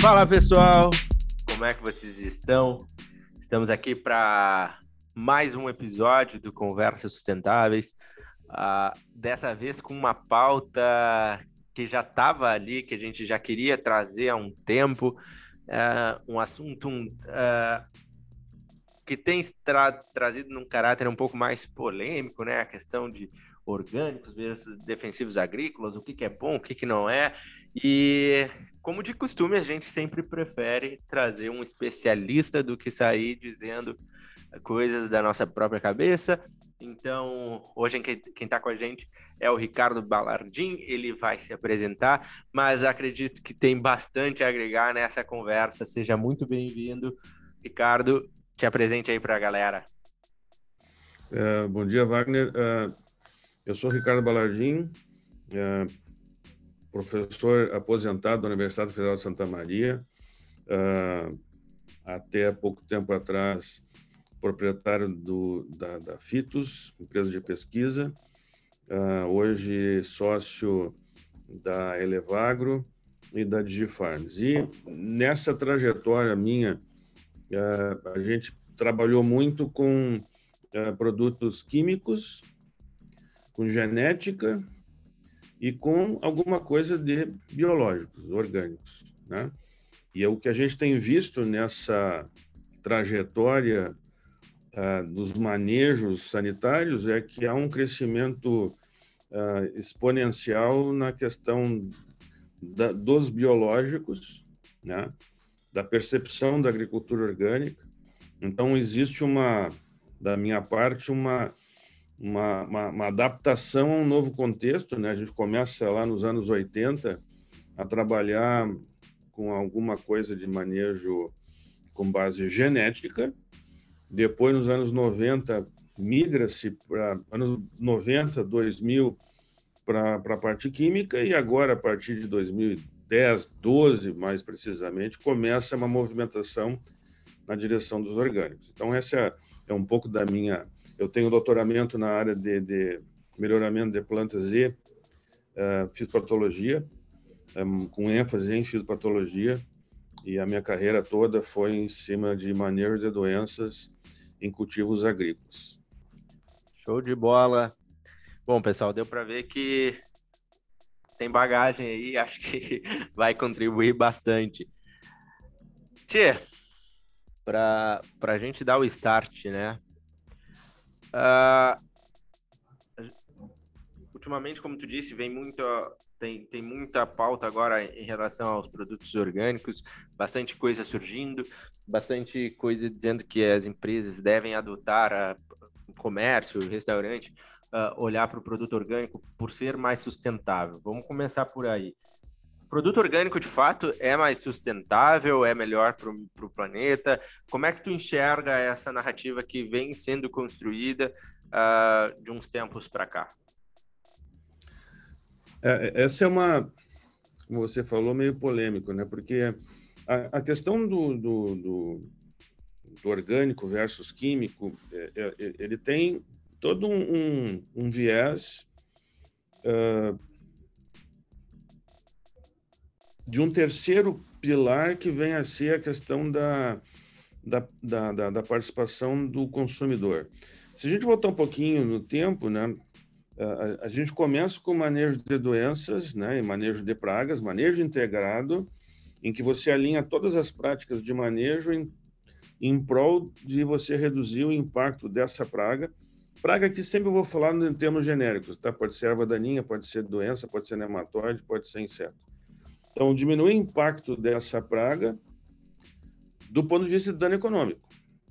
Fala pessoal, como é que vocês estão? Estamos aqui para mais um episódio do Conversas Sustentáveis. Dessa vez com uma pauta que já estava ali, que a gente já queria trazer há um tempo, um assunto que tem trazido num caráter um pouco mais polêmico, né? A questão de orgânicos versus defensivos agrícolas, o que é bom, o que não é. E, como de costume, a gente sempre prefere trazer um especialista do que sair dizendo coisas da nossa própria cabeça. Então, hoje quem está com a gente é o Ricardo Balardim, ele vai se apresentar, mas acredito que tem bastante a agregar nessa conversa. Seja muito bem-vindo, Ricardo. Te apresente aí para a galera. Bom dia, Wagner. Eu sou Ricardo Balardim, professor aposentado da Universidade Federal de Santa Maria. Até pouco tempo atrás, proprietário da Fitos, empresa de pesquisa. Hoje, sócio da Elevagro e da Digifarms. E nessa trajetória minha, a gente trabalhou muito com produtos químicos, com genética e com alguma coisa de biológicos, orgânicos, né? E o que a gente tem visto nessa trajetória dos manejos sanitários é que há um crescimento exponencial na questão dos biológicos, né? Da percepção da agricultura orgânica. Então, existe da minha parte, uma adaptação a um novo contexto, né? A gente começa lá nos anos 80 a trabalhar com alguma coisa de manejo com base genética. Depois, nos anos 90, migra-se para anos 90, 2000, para a parte química, e agora, a partir de 2010, 12 mais precisamente, começa uma movimentação na direção dos orgânicos. Então, essa é um pouco da minha... Eu tenho doutoramento na área de melhoramento de plantas e fitopatologia, com ênfase em fitopatologia, e a minha carreira toda foi em cima de manejo de doenças em cultivos agrícolas. Show de bola. Bom, pessoal, deu para ver que tem bagagem aí, acho que vai contribuir bastante. Tchê, para a gente dar o start, né? Ultimamente, como tu disse, tem muita pauta agora em relação aos produtos orgânicos, bastante coisa surgindo, bastante coisa dizendo que as empresas devem adotar o comércio, o restaurante, olhar para o produto orgânico por ser mais sustentável. Vamos começar por aí. O produto orgânico, de fato, é mais sustentável, é melhor para o planeta? Como é que tu enxerga essa narrativa que vem sendo construída de uns tempos para cá? Essa é como você falou, meio polêmico, né? Porque a questão do orgânico versus químico, ele tem todo um viés de um terceiro pilar que vem a ser a questão da participação do consumidor. Se a gente voltar um pouquinho no tempo, né? A gente começa com manejo de doenças, né, e manejo de pragas, manejo integrado, em que você alinha todas as práticas de manejo em prol de você reduzir o impacto dessa praga. Praga que sempre eu vou falar em termos genéricos, tá? Pode ser erva daninha, pode ser doença, pode ser nematóide, pode ser inseto. Então, diminuir o impacto dessa praga do ponto de vista de dano econômico.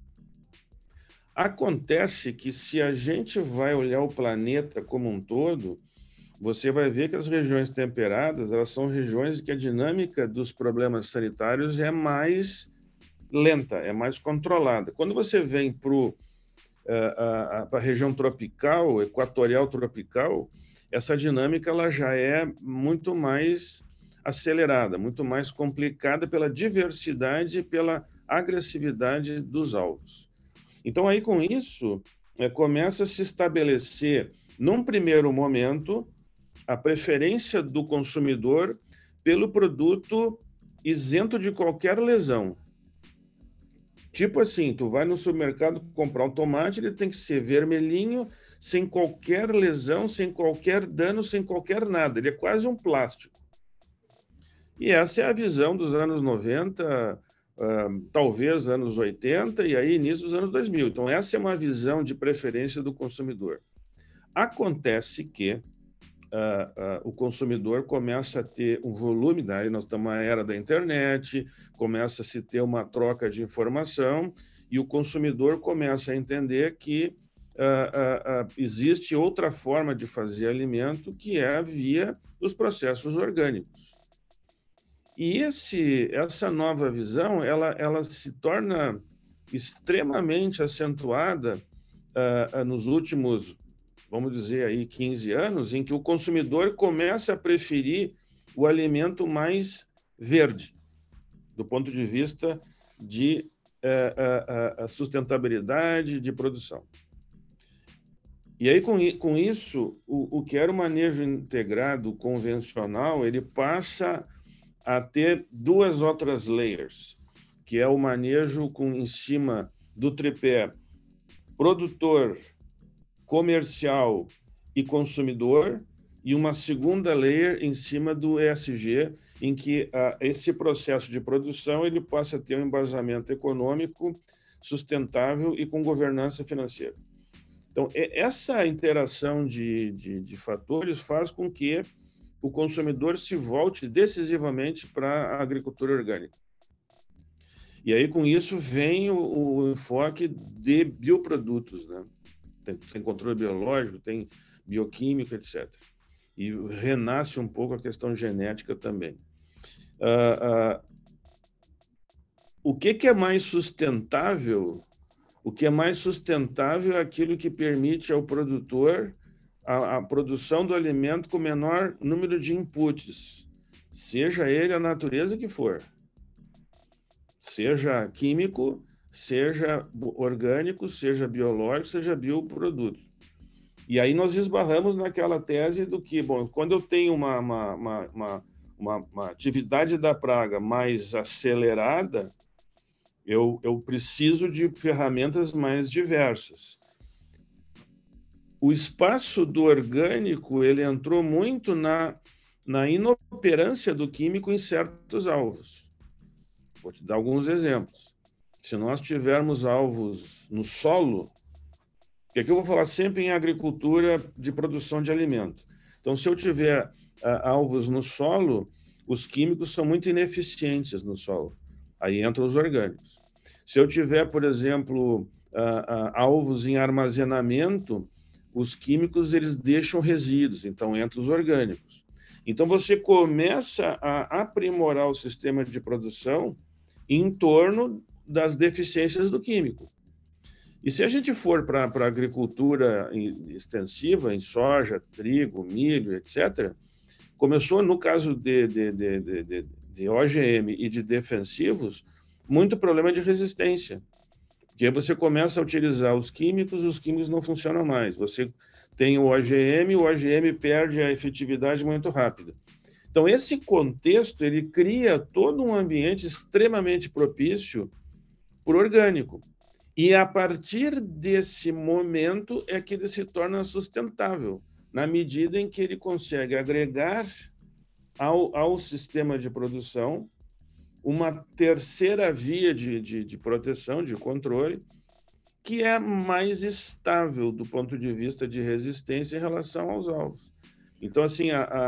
Acontece que se a gente vai olhar o planeta como um todo, você vai ver que as regiões temperadas, elas são regiões que a dinâmica dos problemas sanitários é mais lenta, é mais controlada. Quando você vem para a região tropical, equatorial tropical, essa dinâmica ela já é muito mais acelerada, muito mais complicada pela diversidade e pela agressividade dos alvos. Então, aí com isso, começa a se estabelecer, num primeiro momento, a preferência do consumidor pelo produto isento de qualquer lesão. Tipo assim, tu vai no supermercado comprar um tomate, ele tem que ser vermelhinho, sem qualquer lesão, sem qualquer dano, sem qualquer nada. Ele é quase um plástico. E essa é a visão dos anos 90, talvez anos 80 e aí início dos anos 2000. Então, essa é uma visão de preferência do consumidor. Acontece que o consumidor começa a ter um volume, daí nós estamos na era da internet, começa a se ter uma troca de informação e o consumidor começa a entender que existe outra forma de fazer alimento que é via os processos orgânicos. E essa nova visão, ela se torna extremamente acentuada nos últimos, vamos dizer aí, 15 anos, em que o consumidor começa a preferir o alimento mais verde, do ponto de vista de sustentabilidade de produção. E aí, com isso, o que era o manejo integrado convencional, ele passa a ter duas outras layers, que é o manejo em cima do tripé produtor, comercial e consumidor, e uma segunda layer em cima do ESG, em que esse processo de produção ele possa ter um embasamento econômico sustentável e com governança financeira. Então, essa interação de fatores faz com que o consumidor se volte decisivamente para a agricultura orgânica. E aí, com isso, vem o enfoque de bioprodutos, né? Tem controle biológico, tem bioquímica, etc. E renasce um pouco a questão genética também. O que é mais sustentável? O que é mais sustentável é aquilo que permite ao produtor a produção do alimento com menor número de inputs, seja ele a natureza que for, seja químico, seja orgânico, seja biológico, seja bioproduto. E aí nós esbarramos naquela tese do que, bom, quando eu tenho uma atividade da praga mais acelerada, eu preciso de ferramentas mais diversas. O espaço do orgânico ele entrou muito na inoperância do químico em certos alvos. Vou te dar alguns exemplos. Se nós tivermos alvos no solo, que aqui eu vou falar sempre em agricultura de produção de alimento. Então, se eu tiver alvos no solo, os químicos são muito ineficientes no solo. Aí entram os orgânicos. Se eu tiver, por exemplo, alvos em armazenamento, os químicos eles deixam resíduos, então entram os orgânicos. Então você começa a aprimorar o sistema de produção em torno das deficiências do químico. E se a gente for para a agricultura extensiva, em soja, trigo, milho, etc., começou, no caso de OGM e de defensivos, muito problema de resistência. Que aí você começa a utilizar os químicos não funcionam mais. Você tem o OGM perde a efetividade muito rápido. Então, esse contexto, ele cria todo um ambiente extremamente propício para o orgânico. E, a partir desse momento, é que ele se torna sustentável, na medida em que ele consegue agregar ao sistema de produção uma terceira via de proteção, de controle, que é mais estável do ponto de vista de resistência em relação aos alvos. Então, assim,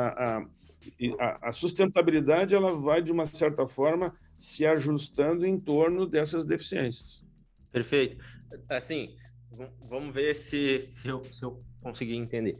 a sustentabilidade ela vai, de uma certa forma, se ajustando em torno dessas deficiências. Perfeito. Assim, vamos ver se eu conseguir entender.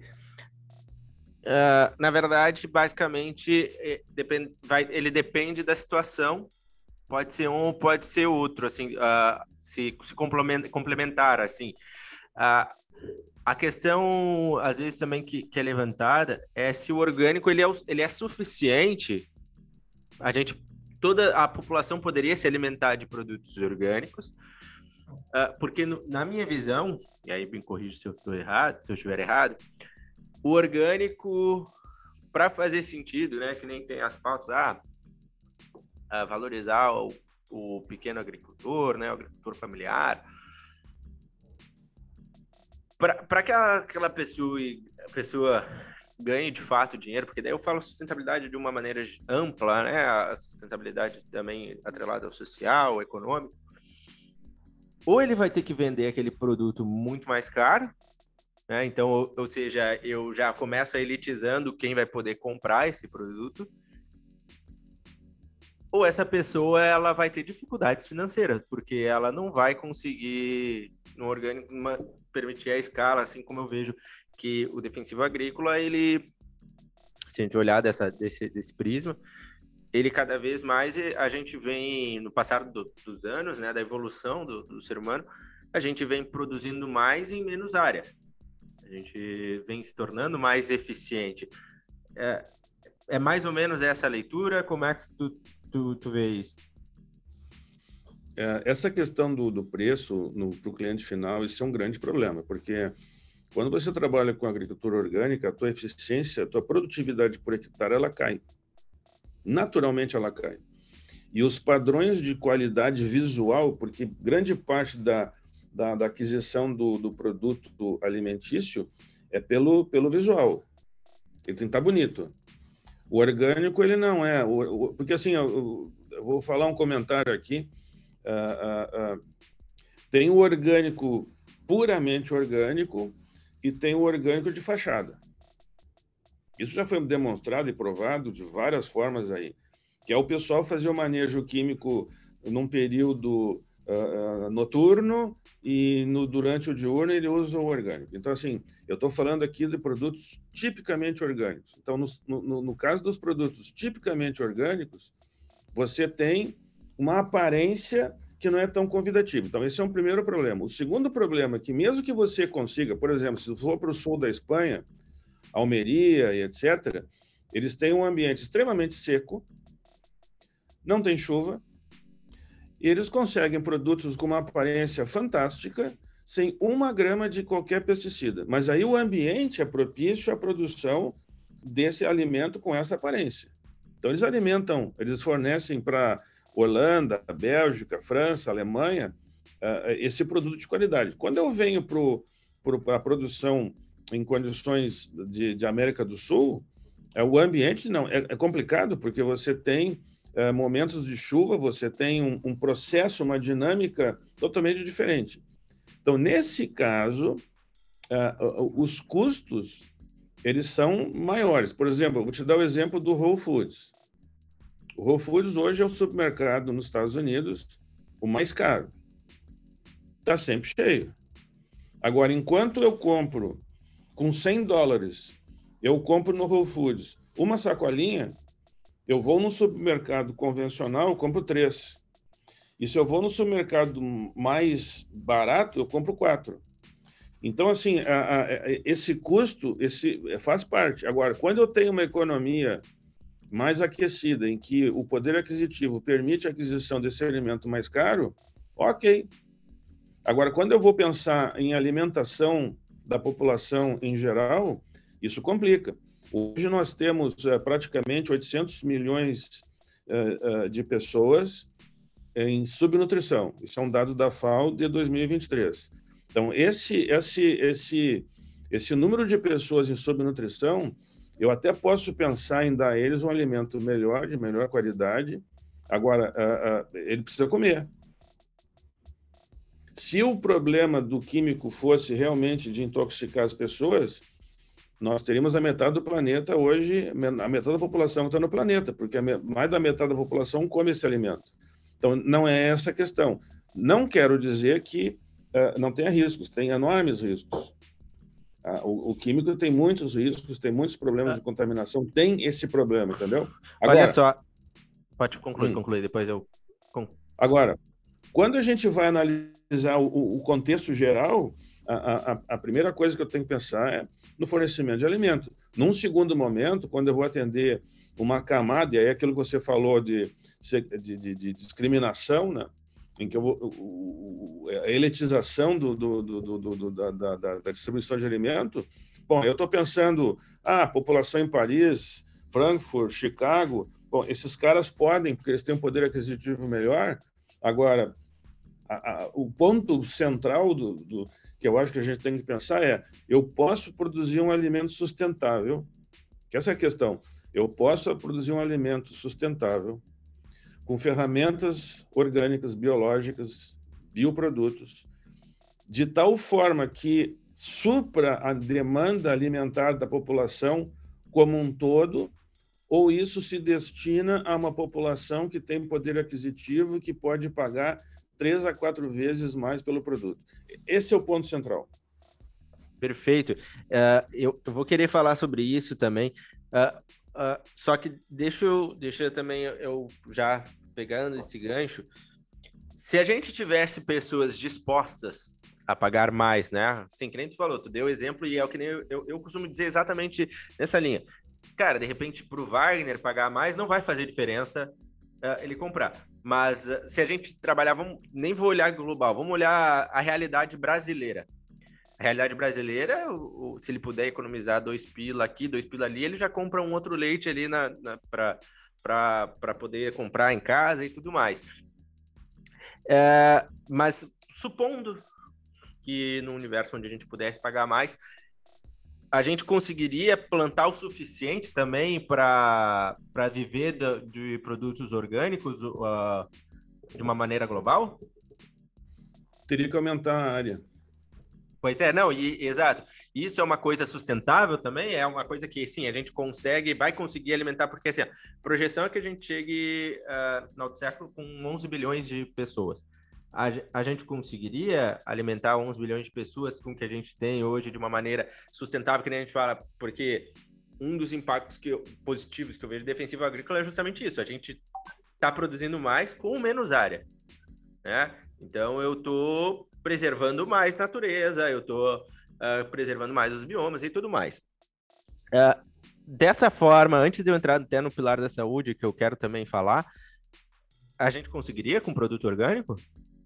Na verdade, basicamente, ele depende da situação, pode ser um ou pode ser outro, assim, se complementar, assim. A questão, às vezes, também que é levantada é se o orgânico ele é suficiente, toda a população poderia se alimentar de produtos orgânicos, porque na minha visão, e aí me corrija se eu estou errado, se eu estiver errado, o orgânico, para fazer sentido, né, que nem tem as pautas, valorizar o pequeno agricultor, né, o agricultor familiar, para que aquela pessoa ganhe de fato dinheiro, porque daí eu falo sustentabilidade de uma maneira ampla, né, a sustentabilidade também atrelada ao social, ao econômico, ou ele vai ter que vender aquele produto muito mais caro, né? Então, ou seja, eu já começo a elitizando quem vai poder comprar esse produto, ou essa pessoa ela vai ter dificuldades financeiras, porque ela não vai conseguir no orgânico permitir a escala, assim como eu vejo que o defensivo agrícola, ele, se a gente olhar desse prisma, ele cada vez mais, a gente vem, no passar dos anos, né, da evolução do ser humano, a gente vem produzindo mais em menos área. A gente vem se tornando mais eficiente. É mais ou menos essa leitura? Como é que tu vê isso? Essa questão do preço para o cliente final, isso é um grande problema, porque quando você trabalha com agricultura orgânica, a tua eficiência, a tua produtividade por hectare, ela cai. Naturalmente ela cai. E os padrões de qualidade visual, porque grande parte da aquisição do produto alimentício é pelo visual. Ele tem que estar bonito. O orgânico, ele não é. Porque assim, eu vou falar um comentário aqui. Tem o orgânico puramente orgânico e tem o orgânico de fachada. Isso já foi demonstrado e provado de várias formas aí, que é o pessoal fazer o manejo químico num período noturno e durante o diurno ele usa o orgânico. Então, assim, eu estou falando aqui de produtos tipicamente orgânicos. Então, no caso dos produtos tipicamente orgânicos, você tem uma aparência que não é tão convidativa. Então, esse é um primeiro problema. O segundo problema é que mesmo que você consiga, por exemplo, se for para o sul da Espanha, Almeria e etc., eles têm um ambiente extremamente seco, não tem chuva, e eles conseguem produtos com uma aparência fantástica, sem 1 grama de qualquer pesticida. Mas aí o ambiente é propício à produção desse alimento com essa aparência. Então, eles fornecem para Holanda, Bélgica, França, Alemanha, esse produto de qualidade. Quando eu venho para a produção em condições de América do Sul, o ambiente não é complicado, porque você tem momentos de chuva, você tem um processo, uma dinâmica totalmente diferente. Então, nesse caso, os custos eles são maiores. Por exemplo, eu vou te dar o exemplo do Whole Foods. O Whole Foods hoje é o supermercado nos Estados Unidos o mais caro. Está sempre cheio. Agora, enquanto eu compro com $100, eu compro no Whole Foods uma sacolinha, eu vou no supermercado convencional, eu compro 3. E se eu vou no supermercado mais barato, eu compro 4. Então, assim, esse custo faz parte. Agora, quando eu tenho uma economia mais aquecida, em que o poder aquisitivo permite a aquisição desse alimento mais caro, ok. Agora, quando eu vou pensar em alimentação da população em geral, isso complica. Hoje nós temos praticamente 800 milhões de pessoas em subnutrição. Isso é um dado da FAO de 2023. Então, esse número de pessoas em subnutrição, eu até posso pensar em dar a eles um alimento melhor, de melhor qualidade. Agora, ele precisa comer. Se o problema do químico fosse realmente de intoxicar as pessoas, nós teríamos a metade do planeta hoje, a metade da população que está no planeta, porque mais da metade da população come esse alimento. Então, não é essa a questão. Não quero dizer que não tenha riscos, tem enormes riscos. O químico tem muitos riscos, tem muitos problemas de contaminação, tem esse problema, entendeu? Agora, olha só, pode concluir, depois eu... Agora, quando a gente vai analisar o contexto geral, a primeira coisa que eu tenho que pensar é no fornecimento de alimento. Num segundo momento, quando eu vou atender uma camada, e aí aquilo que você falou de discriminação, né? Em que a elitização da distribuição de alimento. Bom, eu estou pensando, a população em Paris Frankfurt, Chicago, bom, esses caras podem, porque eles têm um poder aquisitivo melhor. Agora, o ponto central que eu acho que a gente tem que pensar é: eu posso produzir um alimento sustentável, que essa é a questão. Eu posso produzir um alimento sustentável com ferramentas orgânicas, biológicas, bioprodutos, de tal forma que supra a demanda alimentar da população como um todo, ou isso se destina a uma população que tem poder aquisitivo e que pode pagar 3 a 4 vezes mais pelo produto. Esse é o ponto central. Perfeito. Eu vou querer falar sobre isso também. Só que deixa eu também, eu já pegando esse gancho, se a gente tivesse pessoas dispostas a pagar mais, né? Sim, que nem tu falou, tu deu exemplo e é o que nem eu costumo dizer exatamente nessa linha. Cara, de repente, pro Wagner pagar mais não vai fazer diferença ele comprar. Mas se a gente trabalhar, nem vou olhar global, vamos olhar a realidade brasileira. A realidade brasileira, se ele puder economizar 2 pila aqui, 2 pila ali, ele já compra um outro leite ali para poder comprar em casa e tudo mais. Mas supondo que no universo onde a gente pudesse pagar mais, a gente conseguiria plantar o suficiente também para viver de produtos orgânicos de uma maneira global? Teria que aumentar a área. Pois é, não, exato. Isso é uma coisa sustentável também, é uma coisa que, sim, a gente vai conseguir alimentar, porque, assim, a projeção é que a gente chegue no final do século com 11 bilhões de pessoas. A gente conseguiria alimentar 11 bilhões de pessoas com o que a gente tem hoje de uma maneira sustentável, que nem a gente fala, porque um dos impactos positivos que eu vejo defensivo agrícola é justamente isso, a gente está produzindo mais com menos área, né? Então, eu estou preservando mais natureza, eu estou preservando mais os biomas e tudo mais. Dessa forma, antes de eu entrar até no pilar da saúde, que eu quero também falar, a gente conseguiria com produto orgânico?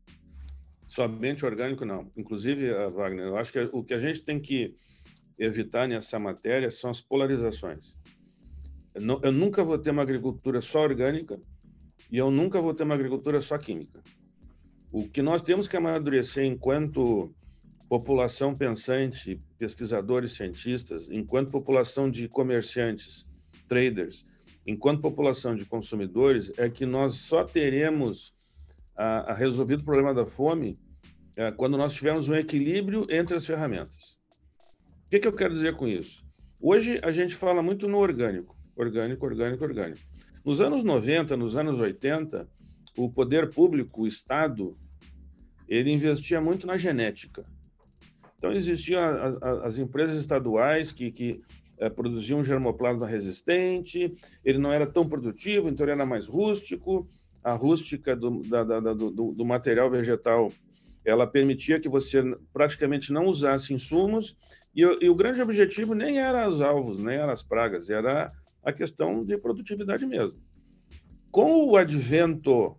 Somente orgânico, não. Inclusive, Wagner, eu acho que o que a gente tem que evitar nessa matéria são as polarizações. Eu nunca vou ter uma agricultura só orgânica e eu nunca vou ter uma agricultura só química. O que nós temos que amadurecer enquanto população pensante, pesquisadores, cientistas, enquanto população de comerciantes, traders, enquanto população de consumidores, é que nós só teremos resolvido o problema da fome quando nós tivermos um equilíbrio entre as ferramentas. O que eu quero dizer com isso? Hoje a gente fala muito no orgânico. Orgânico. Nos anos 90, nos anos 80, o poder público, o Estado, ele investia muito na genética. Então, existiam as empresas estaduais que produziam germoplasma resistente, ele não era tão produtivo, então ele era mais rústico. A rústica do material vegetal, ela permitia que você praticamente não usasse insumos, e o grande objetivo nem era os alvos, nem eram as pragas, era a questão de produtividade mesmo. Com o advento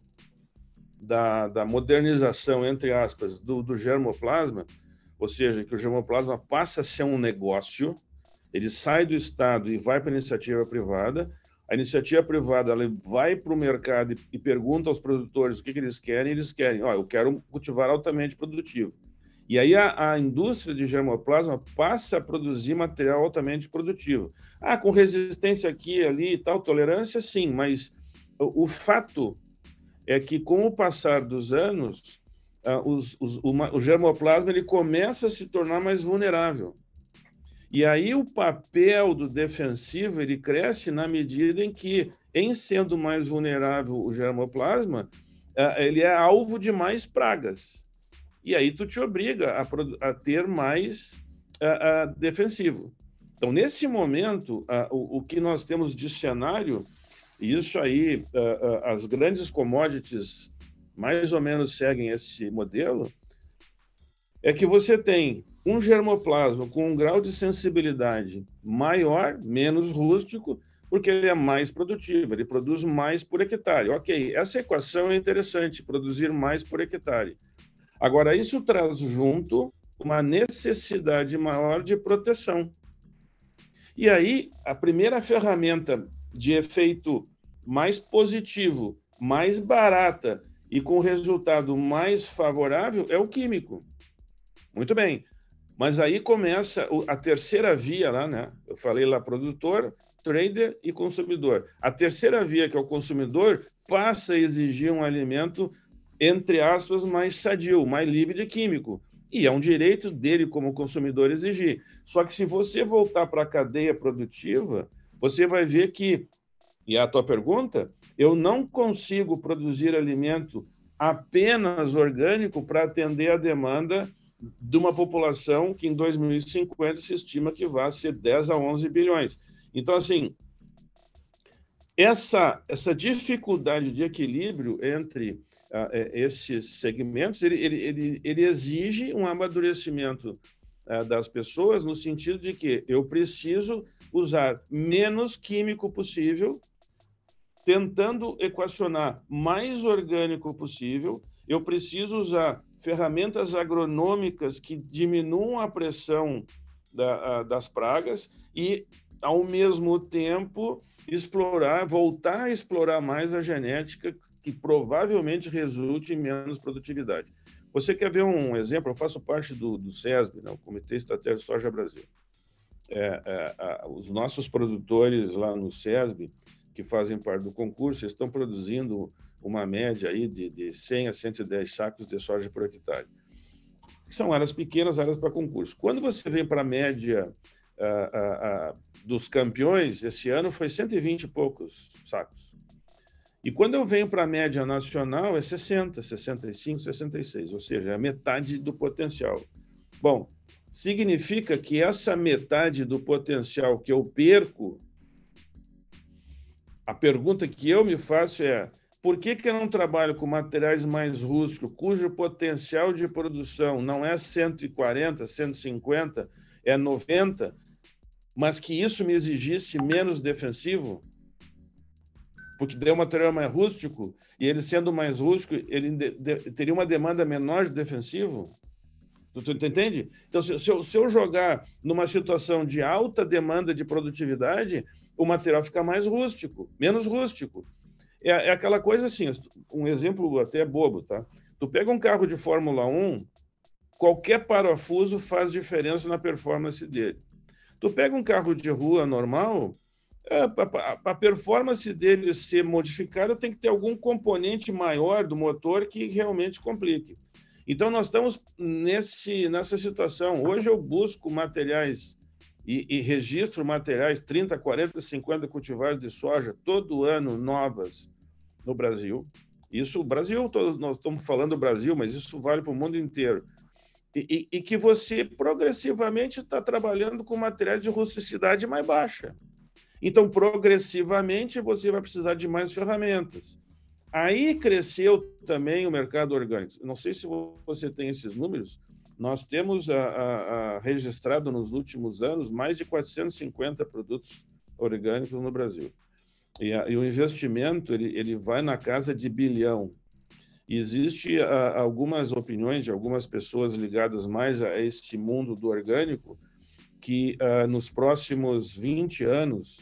da modernização, entre aspas, do germoplasma, ou seja, que o germoplasma passa a ser um negócio, ele sai do Estado e vai para a iniciativa privada. A iniciativa privada ela vai para o mercado e pergunta aos produtores o que eles querem, e eles querem, eu quero cultivar altamente produtivo. E aí a indústria de germoplasma passa a produzir material altamente produtivo. Com resistência aqui, ali e tal, tolerância, sim, mas o fato é que, com o passar dos anos, o germoplasma ele começa a se tornar mais vulnerável. E aí o papel do defensivo ele cresce na medida em que, em sendo mais vulnerável o germoplasma, ele é alvo de mais pragas. E aí tu te obriga a ter mais defensivo. Então, nesse momento, o que nós temos de cenário, e isso aí, as grandes commodities mais ou menos seguem esse modelo, é que você tem um germoplasma com um grau de sensibilidade maior, menos rústico, porque ele é mais produtivo, ele produz mais por hectare. Ok, essa equação é interessante, produzir mais por hectare. Agora, isso traz junto uma necessidade maior de proteção. E aí, a primeira ferramenta de efeito mais positivo, mais barata e com resultado mais favorável é o químico. Muito bem. Mas aí começa a terceira via lá, né? Eu falei lá, produtor, trader e consumidor. A terceira via, que é o consumidor, passa a exigir um alimento, entre aspas, mais sadio, mais livre de químico. E é um direito dele, como consumidor, exigir. Só que se você voltar para a cadeia produtiva, você vai ver que, e a tua pergunta, eu não consigo produzir alimento apenas orgânico para atender a demanda de uma população que em 2050 se estima que vai ser 10 a 11 bilhões. Então, assim, essa dificuldade de equilíbrio entre esses segmentos, ele exige um amadurecimento das pessoas no sentido de que eu preciso usar menos químico possível, tentando equacionar mais orgânico possível. Eu preciso usar ferramentas agronômicas que diminuam a pressão das pragas e, ao mesmo tempo, voltar a explorar mais a genética, que provavelmente resulte em menos produtividade. Você quer ver um exemplo? Eu faço parte do CESB, né, o Comitê Estratégico de Soja Brasil. Os nossos produtores lá no CESB, que fazem parte do concurso, estão produzindo uma média aí de 100 a 110 sacos de soja por hectare. São áreas pequenas, áreas para concurso. Quando você vem para a média dos campeões, esse ano foi 120 e poucos sacos. E quando eu venho para a média nacional, é 60, 65, 66, ou seja, é a metade do potencial. Bom, significa que essa metade do potencial que eu perco, a pergunta que eu me faço é: por que eu não trabalho com materiais mais rústicos, cujo potencial de produção não é 140, 150, é 90, mas que isso me exigisse menos defensivo? Porque daí o material mais rústico, e ele sendo mais rústico, ele teria uma demanda menor de defensivo? Tu entende? Então, se eu jogar numa situação de alta demanda de produtividade, o material fica mais rústico, menos rústico. É aquela coisa assim, um exemplo até bobo, tá? Tu pega um carro de Fórmula 1, qualquer parafuso faz diferença na performance dele. Tu pega um carro de rua normal, a performance dele ser modificada tem que ter algum componente maior do motor que realmente complique. Então, nós estamos nessa situação. Hoje eu busco materiais e registro materiais, 30, 40, 50 cultivares de soja, todo ano, novas, no Brasil. Isso, o Brasil, nós estamos falando do Brasil, mas isso vale para o mundo inteiro. E que você, progressivamente, está trabalhando com materiais de rusticidade mais baixa. Então, progressivamente, você vai precisar de mais ferramentas. Aí cresceu também o mercado orgânico. Não sei se você tem esses números. Nós temos registrado nos últimos anos mais de 450 produtos orgânicos no Brasil. E o investimento ele vai na casa de bilhão. Existe algumas opiniões de algumas pessoas ligadas mais a esse mundo do orgânico que nos próximos 20 anos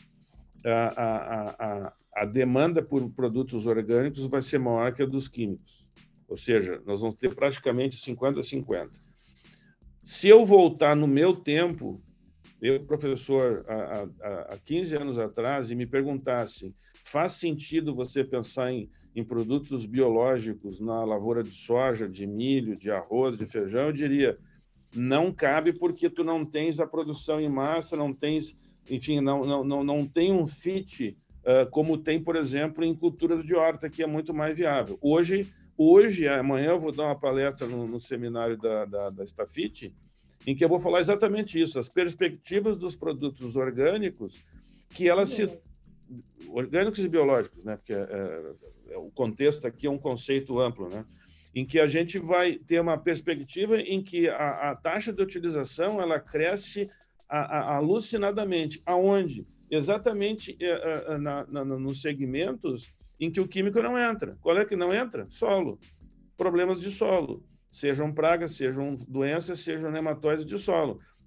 a demanda por produtos orgânicos vai ser maior que a dos químicos. Ou seja, nós vamos ter praticamente 50-50. Se eu voltar no meu tempo, eu, professor, há 15 anos atrás, e me perguntasse, faz sentido você pensar em produtos biológicos na lavoura de soja, de milho, de arroz, de feijão, eu diria, não cabe porque tu não tens a produção em massa, não tens, enfim, não tem um fit como tem, por exemplo, em culturas de horta, que é muito mais viável. Hoje, amanhã eu vou dar uma palestra no seminário da Stafit, em que eu vou falar exatamente isso, as perspectivas dos produtos orgânicos, que elas orgânicos e biológicos, né? Porque o contexto aqui é um conceito amplo, né? Em que a gente vai ter uma perspectiva em que a taxa de utilização ela cresce alucinadamente. Aonde? Exatamente nos segmentos em que o químico não entra. Qual é que não entra? Solo. Problemas de solo. Sejam pragas, sejam doenças, sejam nematóides de solo.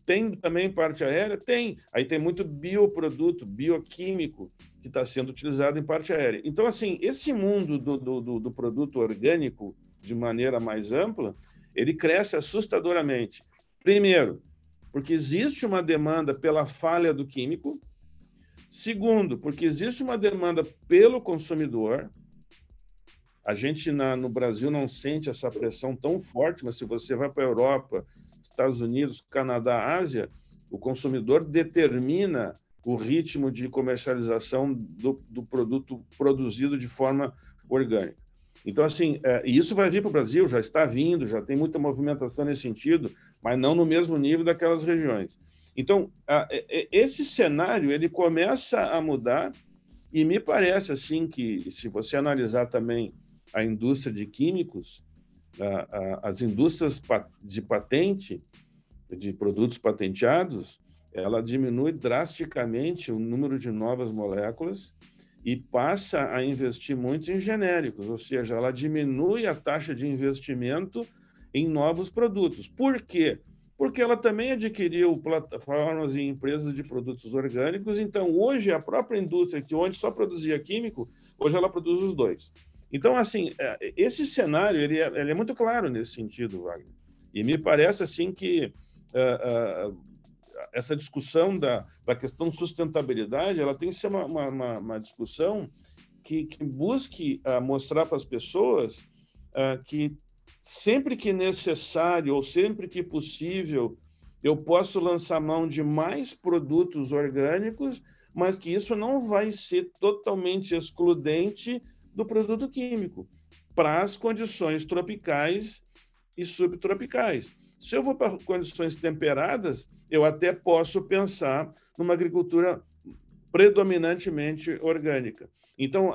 Tem também parte aérea? Tem. Aí tem muito bioproduto, bioquímico, que está sendo utilizado em parte aérea. Então, assim, esse mundo do produto orgânico, de maneira mais ampla, ele cresce assustadoramente. Primeiro, porque existe uma demanda pela falha do químico. Segundo, porque existe uma demanda pelo consumidor. A gente no Brasil não sente essa pressão tão forte, mas se você vai para a Europa, Estados Unidos, Canadá, Ásia, o consumidor determina o ritmo de comercialização do produto produzido de forma orgânica. Então, assim, isso vai vir para o Brasil, já está vindo, já tem muita movimentação nesse sentido, mas não no mesmo nível daquelas regiões. Então, esse cenário, ele começa a mudar e me parece, assim, que se você analisar também a indústria de químicos, as indústrias de patente, de produtos patenteados, ela diminui drasticamente o número de novas moléculas e passa a investir muito em genéricos, ou seja, ela diminui a taxa de investimento em novos produtos. Por quê? Porque ela também adquiriu plataformas e empresas de produtos orgânicos, então hoje a própria indústria, que onde só produzia químico, hoje ela produz os dois. Então, assim, esse cenário ele é muito claro nesse sentido, Wagner. E me parece assim que essa discussão da questão de sustentabilidade, ela tem que ser uma discussão que busque mostrar para as pessoas que sempre que necessário ou sempre que possível, eu posso lançar mão de mais produtos orgânicos, mas que isso não vai ser totalmente excludente do produto químico para as condições tropicais e subtropicais. Se eu vou para condições temperadas, eu até posso pensar numa agricultura predominantemente orgânica. Então,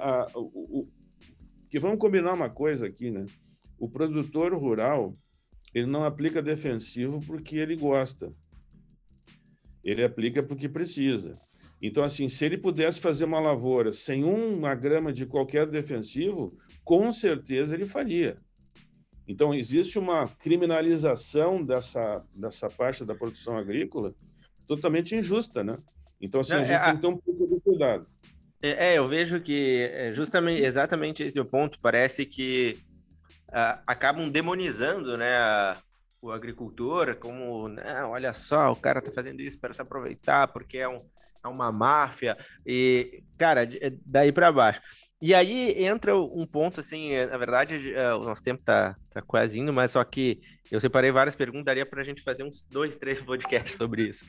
que vamos combinar uma coisa aqui, né? O produtor rural, ele não aplica defensivo porque ele gosta. Ele aplica porque precisa. Então, assim, se ele pudesse fazer uma lavoura sem uma grama de qualquer defensivo, com certeza ele faria. Então, existe uma criminalização dessa parte da produção agrícola totalmente injusta, né? Então, assim, a gente tem que ter um pouco de cuidado. Eu vejo que justamente, exatamente esse é o ponto. Parece que acabam demonizando, né, o agricultor como, não, olha só, o cara está fazendo isso para se aproveitar, porque é uma máfia, e, cara, daí para baixo. E aí entra um ponto, assim, na verdade, o nosso tempo tá quase indo, mas só que eu separei várias perguntas, daria para a gente fazer uns 2, 3 podcasts sobre isso.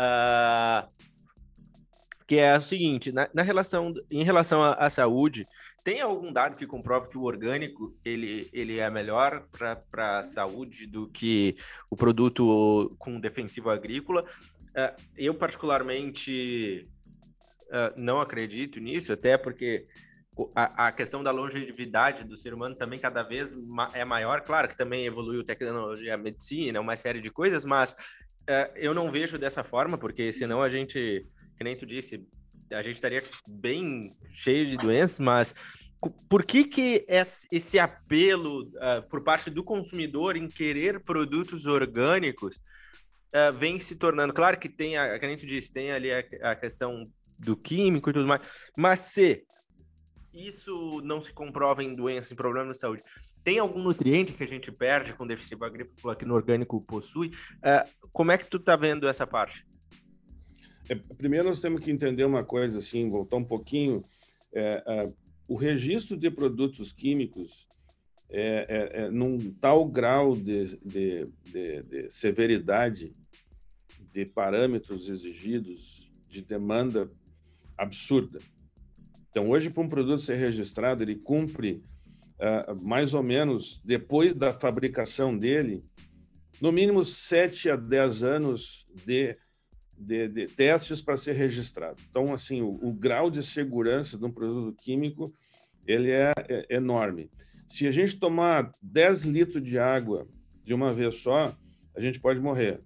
Que é o seguinte, em relação à saúde, tem algum dado que comprove que o orgânico ele é melhor para a saúde do que o produto com defensivo agrícola? Eu, particularmente, não acredito nisso, até porque a questão da longevidade do ser humano também cada vez é maior. Claro que também evoluiu a tecnologia, a medicina, uma série de coisas, mas eu não vejo dessa forma, porque senão a gente, que nem tu disse, a gente estaria bem cheio de doenças, mas por que esse apelo por parte do consumidor em querer produtos orgânicos vem se tornando... Claro que tem, que nem tu disse, tem ali a questão do químico e tudo mais, mas se isso não se comprova em doenças, em problemas de saúde, tem algum nutriente que a gente perde com defensivo agrícola que no orgânico possui? Como é que tu tá vendo essa parte? Primeiro nós temos que entender uma coisa, assim, voltar um pouquinho. O registro de produtos químicos num tal grau de severidade de parâmetros exigidos, de demanda absurda. Então, hoje, para um produto ser registrado, ele cumpre, mais ou menos, depois da fabricação dele, no mínimo 7 a 10 anos de testes para ser registrado. Então, assim, o grau de segurança de um produto químico, ele é enorme. Se a gente tomar 10 litros de água de uma vez só, a gente pode morrer.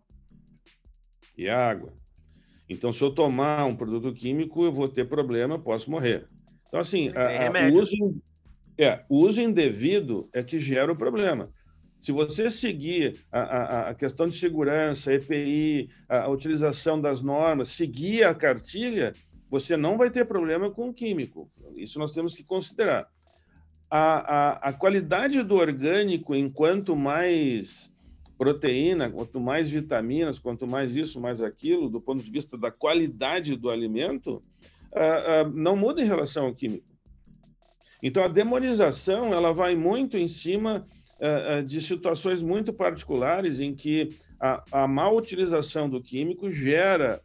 E água. Então, se eu tomar um produto químico, eu vou ter problema, eu posso morrer. Então, assim, o uso indevido é que gera o problema. Se você seguir a questão de segurança, EPI, a utilização das normas, seguir a cartilha, você não vai ter problema com o químico. Isso nós temos que considerar. A qualidade do orgânico, enquanto mais proteína, quanto mais vitaminas, quanto mais isso, mais aquilo, do ponto de vista da qualidade do alimento, não muda em relação ao químico. Então, a demonização ela vai muito em cima de situações muito particulares em que a má utilização do químico gera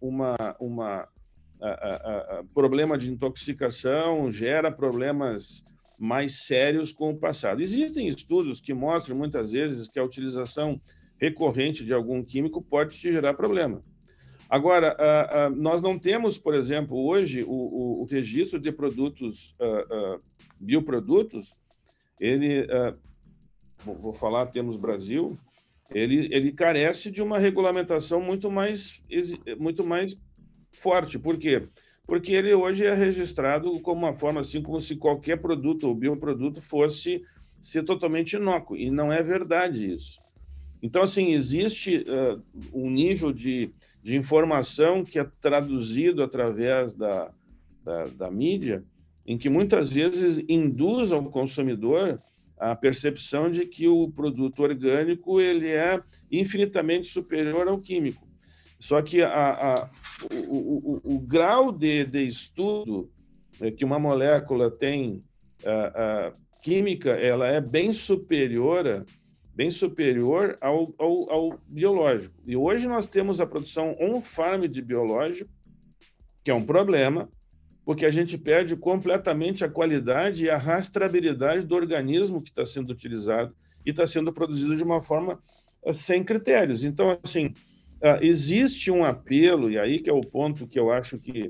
problema de intoxicação, gera problemas mais sérios com o passado. Existem estudos que mostram muitas vezes que a utilização recorrente de algum químico pode te gerar problema. Agora, nós não temos, por exemplo, hoje o registro de produtos, bioprodutos, ele, vou falar temos Brasil, ele carece de uma regulamentação muito mais forte. Por quê? Porque ele hoje é registrado como uma forma assim, como se qualquer produto ou bioproduto fosse ser totalmente inócuo, e não é verdade isso. Então, assim, existe um nível de informação que é traduzido através da mídia, em que muitas vezes induz ao consumidor a percepção de que o produto orgânico ele é infinitamente superior ao químico. Só que o grau de estudo que uma molécula tem química, ela é bem superior ao biológico. E hoje nós temos a produção on-farm de biológico, que é um problema, porque a gente perde completamente a qualidade e a rastreabilidade do organismo que está sendo utilizado e está sendo produzido de uma forma sem critérios. Então, assim, existe um apelo, e aí que é o ponto que eu acho que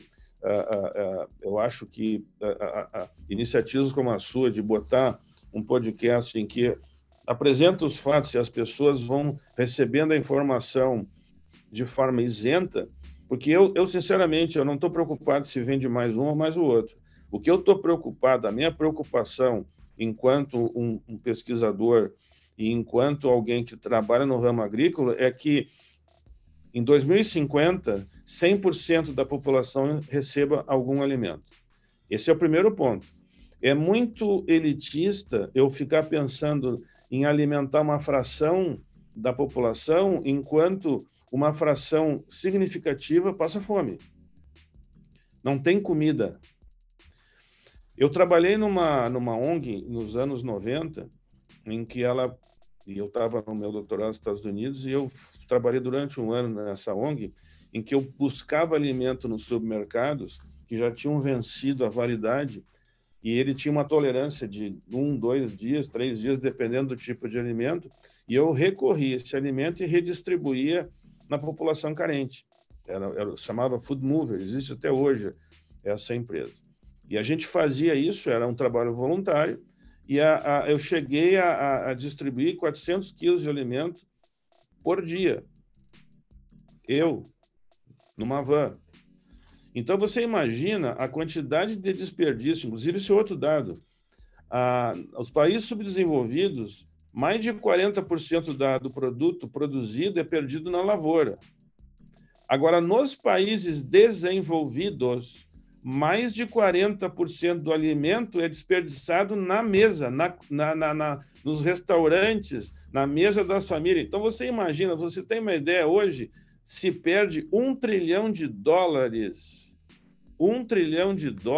iniciativas como a sua, de botar um podcast em que apresenta os fatos e as pessoas vão recebendo a informação de forma isenta, porque eu sinceramente, eu não estou preocupado se vende mais um ou mais o outro. O que eu estou preocupado, a minha preocupação enquanto um pesquisador e enquanto alguém que trabalha no ramo agrícola é que em 2050, 100% da população receba algum alimento. Esse é o primeiro ponto. É muito elitista eu ficar pensando em alimentar uma fração da população enquanto uma fração significativa passa fome. Não tem comida. Eu trabalhei numa ONG nos anos 90, em que eu estava no meu doutorado nos Estados Unidos, e eu trabalhei durante um ano nessa ONG, em que eu buscava alimento nos supermercados que já tinham vencido a validade, e ele tinha uma tolerância de 1, 2 dias, 3 dias, dependendo do tipo de alimento, e eu recorria a esse alimento e redistribuía na população carente. Chamava Food Mover, existe até hoje essa empresa. E a gente fazia isso, era um trabalho voluntário, e eu cheguei a distribuir 400 quilos de alimento por dia. Eu, numa van. Então, você imagina a quantidade de desperdício, inclusive esse outro dado. Os países subdesenvolvidos, mais de 40% do produto produzido é perdido na lavoura. Agora, nos países desenvolvidos, mais de 40% do alimento é desperdiçado na mesa, nos restaurantes, na mesa das famílias. Então, você imagina, você tem uma ideia hoje, se perde $1 trilhão, $1 trilhão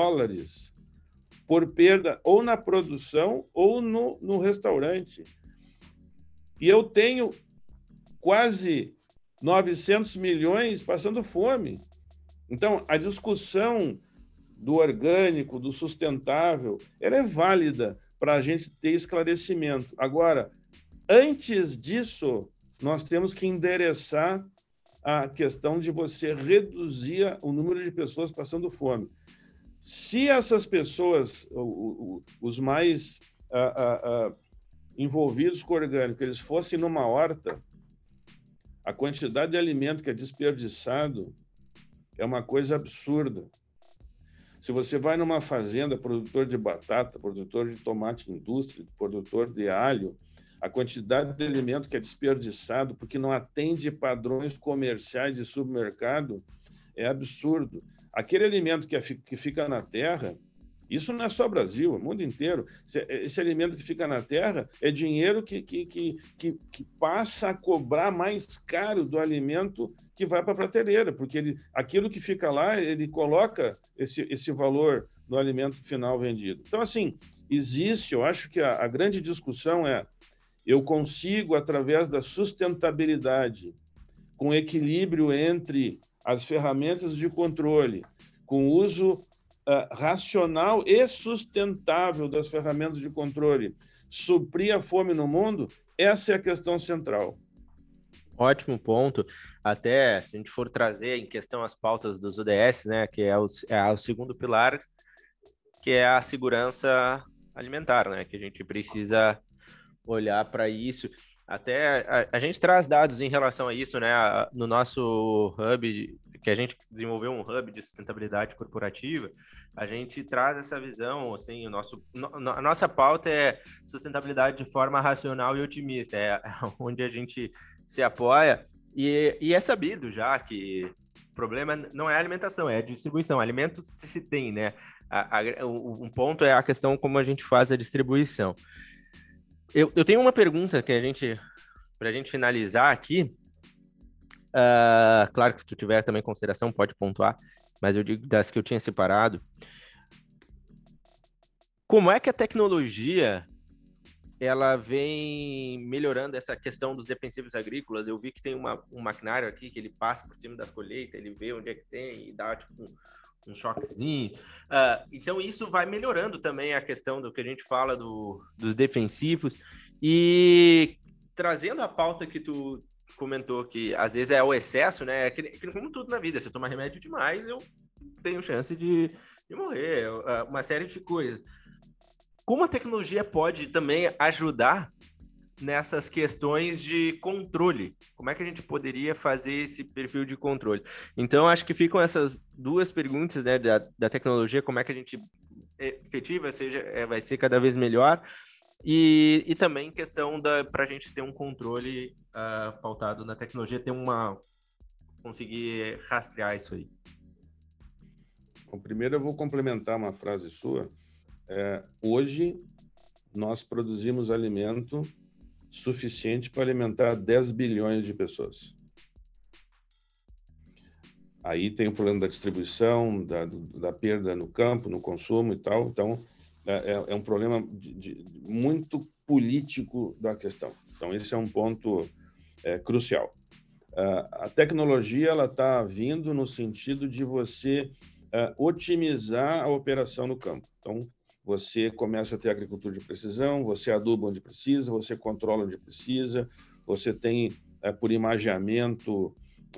por perda ou na produção ou no restaurante. E eu tenho quase 900 milhões passando fome. Então, a discussão do orgânico, do sustentável, ela é válida para a gente ter esclarecimento. Agora, antes disso, nós temos que endereçar a questão de você reduzir o número de pessoas passando fome. Se essas pessoas, os mais envolvidos com o orgânico, eles fossem numa horta, a quantidade de alimento que é desperdiçado é uma coisa absurda. Se você vai numa fazenda, produtor de batata, produtor de tomate indústria, produtor de alho, a quantidade de alimento que é desperdiçado porque não atende padrões comerciais de supermercado é absurdo. Aquele alimento que fica na terra, isso não é só Brasil, é o mundo inteiro. Esse alimento que fica na terra é dinheiro que passa a cobrar mais caro do alimento que vai para a prateleira, porque aquilo que fica lá, ele coloca esse valor no alimento final vendido. Então, assim, eu acho que a grande discussão é, eu consigo, através da sustentabilidade, com equilíbrio entre as ferramentas de controle, com o uso racional e sustentável das ferramentas de controle, suprir a fome no mundo, essa é a questão central. Ótimo ponto. Até se a gente for trazer em questão as pautas dos ODS, né, que é o segundo pilar, que é a segurança alimentar, né, que a gente precisa olhar para isso. Até a gente traz dados em relação a isso, né? No nosso hub, que a gente desenvolveu um hub de sustentabilidade corporativa, a gente traz essa visão, assim, a nossa pauta é sustentabilidade de forma racional e otimista, é onde a gente se apoia, e é sabido já que o problema não é a alimentação, é a distribuição. Alimento se tem, né? Um ponto é a questão como a gente faz a distribuição. Eu tenho uma pergunta para a gente finalizar aqui. Claro que se tu tiver também consideração, pode pontuar, mas eu digo das que eu tinha separado. Como é que a tecnologia ela vem melhorando essa questão dos defensivos agrícolas? Eu vi que tem um maquinário aqui que ele passa por cima das colheitas, ele vê onde é que tem e dá tipo um choquezinho. Então, isso vai melhorando também a questão do que a gente fala dos defensivos. E trazendo a pauta que tu comentou, que às vezes é o excesso, né? Que como tudo na vida, se eu tomar remédio demais, eu tenho chance de morrer, uma série de coisas. Como a tecnologia pode também ajudar nessas questões de controle? Como é que a gente poderia fazer esse perfil de controle? Então, acho que ficam essas duas perguntas, né, da tecnologia, como é que a gente efetiva vai ser cada vez melhor, e também questão para a gente ter um controle pautado na tecnologia, conseguir rastrear isso aí. Bom, primeiro eu vou complementar uma frase sua. Hoje, nós produzimos alimento suficiente para alimentar 10 bilhões de pessoas. Aí tem o problema da distribuição, da perda no campo, no consumo e tal. Então, é um problema muito político da questão. Então, esse é um ponto crucial. A tecnologia ela está vindo no sentido de você otimizar a operação no campo. Então, você começa a ter agricultura de precisão, você aduba onde precisa, você controla onde precisa, você tem, por imageamento,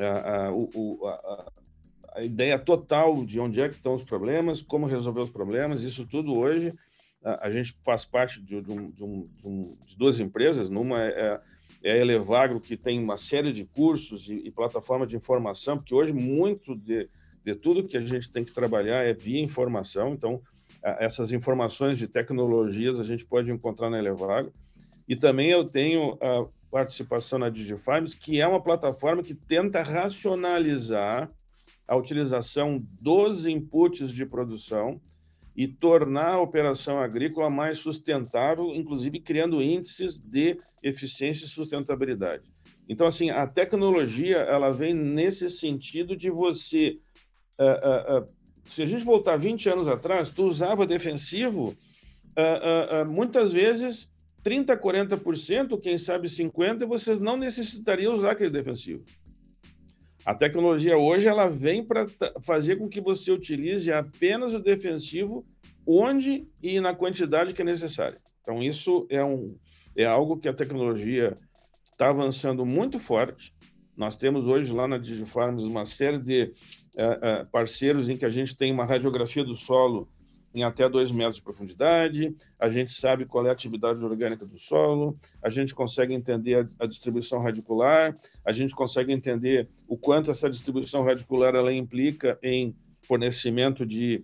a ideia total de onde é que estão os problemas, como resolver os problemas. Isso tudo hoje, a gente faz parte de duas empresas. Numa é a Elevagro, que tem uma série de cursos e plataforma de informação, porque hoje muito de tudo que a gente tem que trabalhar é via informação. Então, essas informações de tecnologias a gente pode encontrar na Elevagro. E também eu tenho a participação na DigiFarms, que é uma plataforma que tenta racionalizar a utilização dos inputs de produção e tornar a operação agrícola mais sustentável, inclusive criando índices de eficiência e sustentabilidade. Então, assim, a tecnologia ela vem nesse sentido de você... se a gente voltar 20 anos atrás, tu usava defensivo, muitas vezes 30%, 40%, quem sabe 50%, vocês não necessitariam usar aquele defensivo. A tecnologia hoje ela vem para fazer com que você utilize apenas o defensivo onde e na quantidade que é necessária. Então, isso é algo que a tecnologia está avançando muito forte. Nós temos hoje lá na DigiFarms uma série de parceiros em que a gente tem uma radiografia do solo em até 2 metros de profundidade, a gente sabe qual é a atividade orgânica do solo, a gente consegue entender a distribuição radicular, a gente consegue entender o quanto essa distribuição radicular ela implica em fornecimento de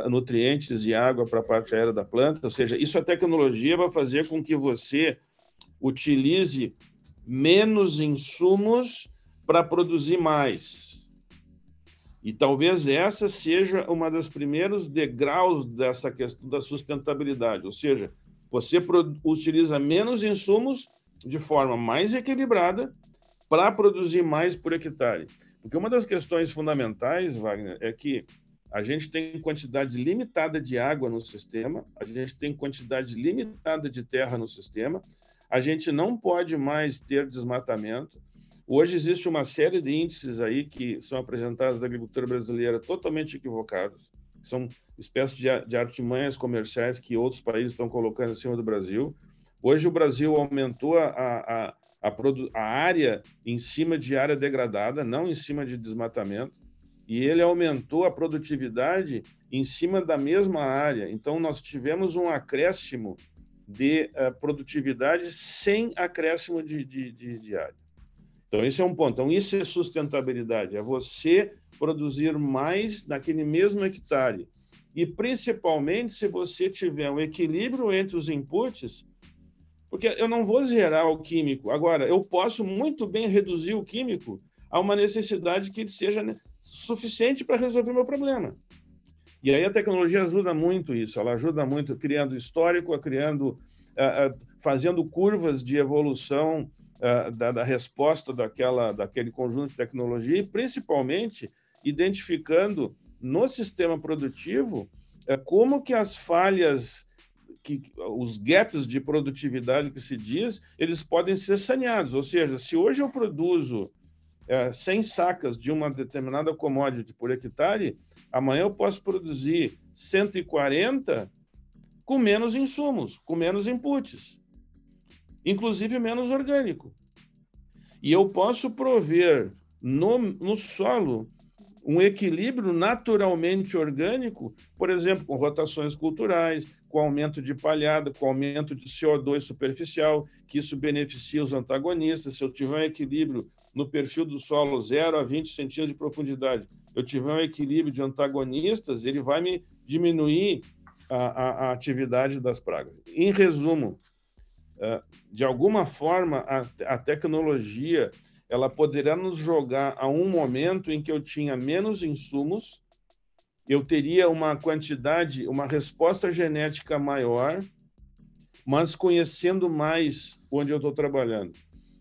nutrientes e água para a parte aérea da planta. Ou seja, isso a tecnologia vai fazer com que você utilize menos insumos para produzir mais. E talvez essa seja uma das primeiros degraus dessa questão da sustentabilidade, ou seja, você utiliza menos insumos de forma mais equilibrada para produzir mais por hectare. Porque uma das questões fundamentais, Wagner, é que a gente tem quantidade limitada de água no sistema, a gente tem quantidade limitada de terra no sistema, a gente não pode mais ter desmatamento. Hoje existe uma série de índices aí que são apresentados da agricultura brasileira totalmente equivocados, são espécies de artimanhas comerciais que outros países estão colocando em cima do Brasil. Hoje o Brasil aumentou a área em cima de área degradada, não em cima de desmatamento, e ele aumentou a produtividade em cima da mesma área. Então, nós tivemos um acréscimo de produtividade sem acréscimo de área. Então, esse é um ponto. Então, isso é sustentabilidade, é você produzir mais naquele mesmo hectare. E, principalmente, se você tiver um equilíbrio entre os inputs, porque eu não vou zerar o químico. Agora, eu posso muito bem reduzir o químico a uma necessidade que ele seja suficiente para resolver o meu problema. E aí a tecnologia ajuda muito isso, ela ajuda muito criando histórico, fazendo curvas de evolução da resposta daquele conjunto de tecnologia e, principalmente, identificando no sistema produtivo como que as falhas, os gaps de produtividade que se diz, eles podem ser saneados. Ou seja, se hoje eu produzo 100 sacas de uma determinada commodity por hectare, amanhã eu posso produzir 140 com menos insumos, com menos inputs, inclusive menos orgânico. E eu posso prover no solo um equilíbrio naturalmente orgânico, por exemplo, com rotações culturais, com aumento de palhada, com aumento de CO2 superficial, que isso beneficia os antagonistas. Se eu tiver um equilíbrio no perfil do solo 0 a 20 centímetros de profundidade, eu tiver um equilíbrio de antagonistas, ele vai me diminuir a atividade das pragas. Em resumo, de alguma forma, a tecnologia ela poderá nos jogar a um momento em que eu tinha menos insumos, eu teria uma quantidade, uma resposta genética maior, mas conhecendo mais onde eu estou trabalhando.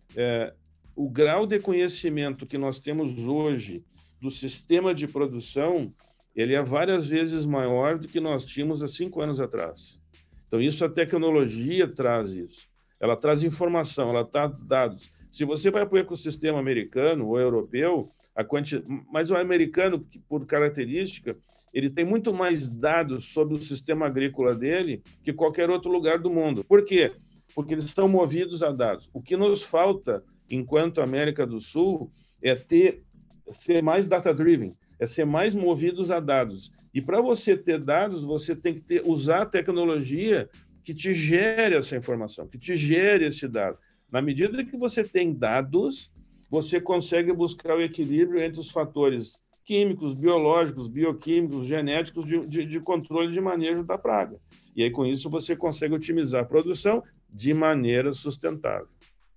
O grau de conhecimento que nós temos hoje do sistema de produção, ele é várias vezes maior do que nós tínhamos há 5 anos atrás. Então, isso a tecnologia traz isso. Ela traz informação, ela traz dados. Se você vai para o ecossistema americano ou europeu, mas o americano, por característica, ele tem muito mais dados sobre o sistema agrícola dele que qualquer outro lugar do mundo. Por quê? Porque eles estão movidos a dados. O que nos falta, enquanto América do Sul, é ser mais data-driven, é ser mais movidos a dados. E para você ter dados, você tem que usar a tecnologia que te gere essa informação, que te gere esse dado. Na medida que você tem dados, você consegue buscar o equilíbrio entre os fatores químicos, biológicos, bioquímicos, genéticos de controle de manejo da praga. E aí, com isso, você consegue otimizar a produção de maneira sustentável.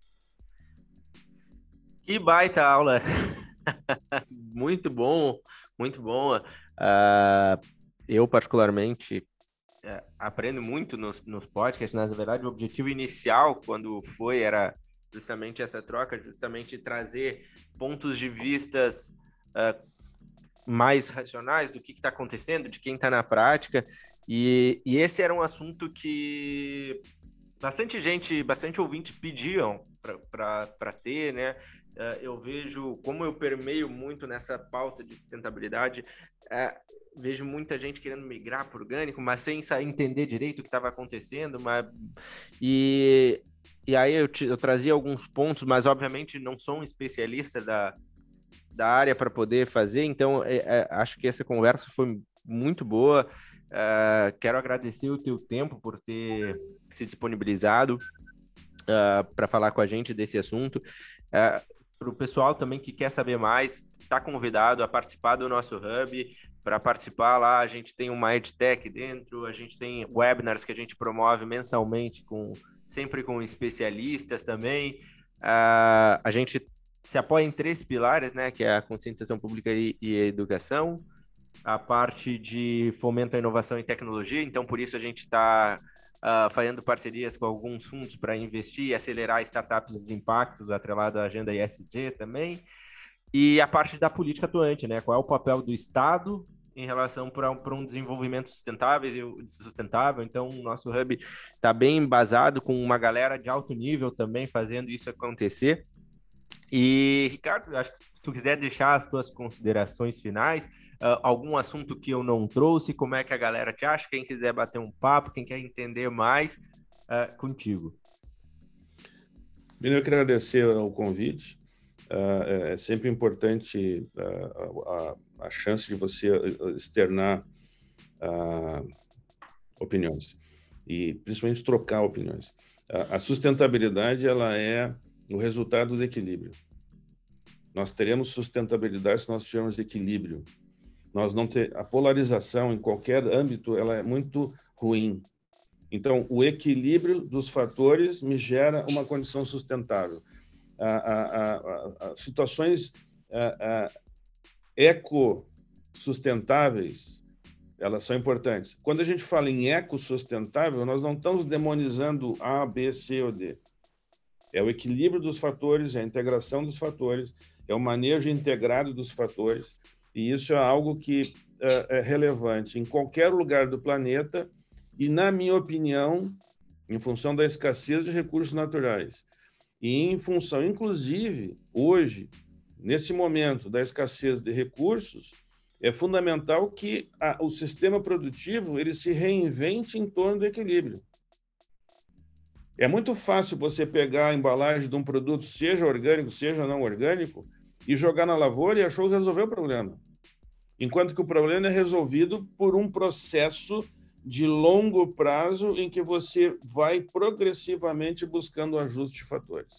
Que baita aula! Muito bom, muito boa. Eu, particularmente, aprendo muito nos podcasts. Na verdade, o objetivo inicial, quando era justamente essa troca, justamente trazer pontos de vistas mais racionais do que está acontecendo, de quem está na prática. E esse era um assunto que bastante ouvinte pediam para ter, né? Eu vejo como eu permeio muito nessa pauta de sustentabilidade. Vejo muita gente querendo migrar para o orgânico, mas sem entender direito o que estava acontecendo. E aí eu trazia alguns pontos, mas obviamente não sou um especialista da área para poder fazer, então acho que essa conversa foi muito boa. Quero agradecer o teu tempo por ter se disponibilizado para falar com a gente desse assunto. Para o pessoal também que quer saber mais, está convidado a participar do nosso Hub. para participar lá. A gente tem uma EdTech dentro, a gente tem webinars que a gente promove mensalmente, sempre com especialistas também. A gente se apoia em 3 pilares, né, que é a conscientização pública e a educação, a parte de fomento à inovação e tecnologia, então por isso a gente está fazendo parcerias com alguns fundos para investir e acelerar startups de impacto atrelado à agenda ESG também, e a parte da política atuante, né, qual é o papel do Estado em relação para um desenvolvimento sustentável. Então o nosso hub está bem embasado com uma galera de alto nível também fazendo isso acontecer. E, Ricardo, acho que se tu quiser deixar as tuas considerações finais, algum assunto que eu não trouxe, como é que a galera te acha? Quem quiser bater um papo, quem quer entender mais, contigo. Primeiro, eu quero agradecer o convite. É sempre importante a chance de você externar opiniões e, principalmente, trocar opiniões. A sustentabilidade, ela é o resultado do equilíbrio. Nós teremos sustentabilidade se nós tivermos equilíbrio. A polarização em qualquer âmbito, ela é muito ruim. Então, o equilíbrio dos fatores me gera uma condição sustentável. Situações ecossustentáveis, elas são importantes. Quando a gente fala em ecossustentável, nós não estamos demonizando A, B, C ou D. É o equilíbrio dos fatores, é a integração dos fatores, é o manejo integrado dos fatores, e isso é algo que é relevante em qualquer lugar do planeta e, na minha opinião, em função da escassez de recursos naturais e em função, inclusive, hoje, nesse momento da escassez de recursos, é fundamental que o sistema produtivo ele se reinvente em torno do equilíbrio. É muito fácil você pegar a embalagem de um produto, seja orgânico, seja não orgânico, e jogar na lavoura e achou que resolveu o problema. Enquanto que o problema é resolvido por um processo de longo prazo em que você vai progressivamente buscando o ajuste de fatores.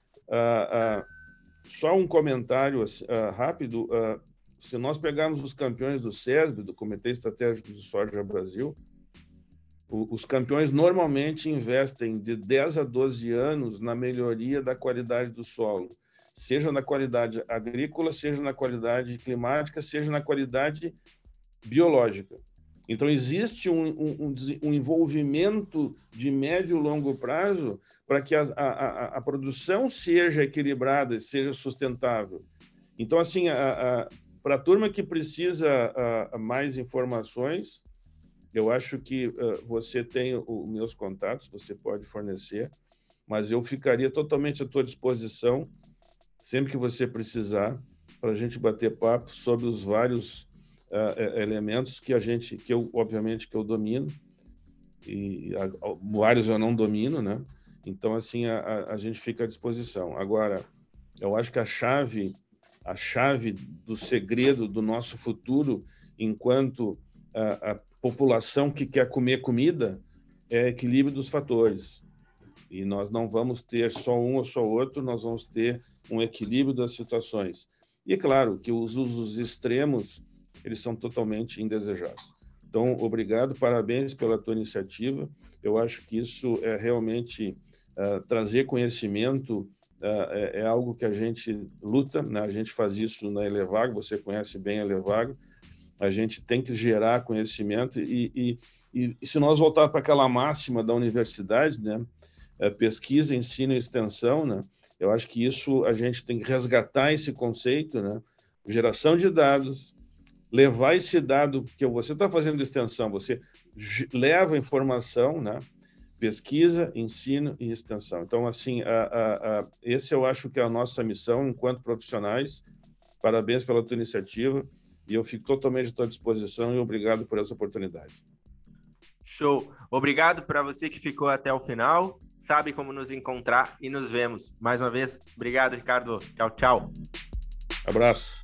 Só um comentário rápido. Se nós pegarmos os campeões do SESB, do Comitê Estratégico de Soja Brasil, os campeões normalmente investem de 10 a 12 anos na melhoria da qualidade do solo, seja na qualidade agrícola, seja na qualidade climática, seja na qualidade biológica. Então, existe um envolvimento de médio e longo prazo para que a produção seja equilibrada, seja sustentável. Então, assim, para a turma que precisa mais informações, eu acho que você tem os meus contatos, você pode fornecer, mas eu ficaria totalmente à tua disposição, sempre que você precisar, para a gente bater papo sobre os vários elementos que eu obviamente que eu domino, e vários eu não domino, né? Então, assim, a gente fica à disposição. Agora, eu acho que a chave do segredo do nosso futuro, enquanto a população que quer comer comida, é equilíbrio dos fatores. E nós não vamos ter só um ou só outro, nós vamos ter um equilíbrio das situações. E é claro que os usos extremos, eles são totalmente indesejados. Então, obrigado, parabéns pela tua iniciativa. Eu acho que isso é realmente trazer conhecimento, é algo que a gente luta, né? A gente faz isso na Elevago, você conhece bem a Elevago. A gente tem que gerar conhecimento e se nós voltar para aquela máxima da universidade, né? Pesquisa, ensino e extensão, né? Eu acho que isso a gente tem que resgatar esse conceito, né? Geração de dados, levar esse dado que você está fazendo de extensão, você leva a informação, né? Pesquisa, ensino e extensão. Então, assim, esse eu acho que é a nossa missão enquanto profissionais. Parabéns pela tua iniciativa e eu fico totalmente à tua disposição e obrigado por essa oportunidade. Show! Obrigado para você que ficou até o final. Sabe como nos encontrar e nos vemos. Mais uma vez, obrigado, Ricardo. Tchau, tchau. Abraço.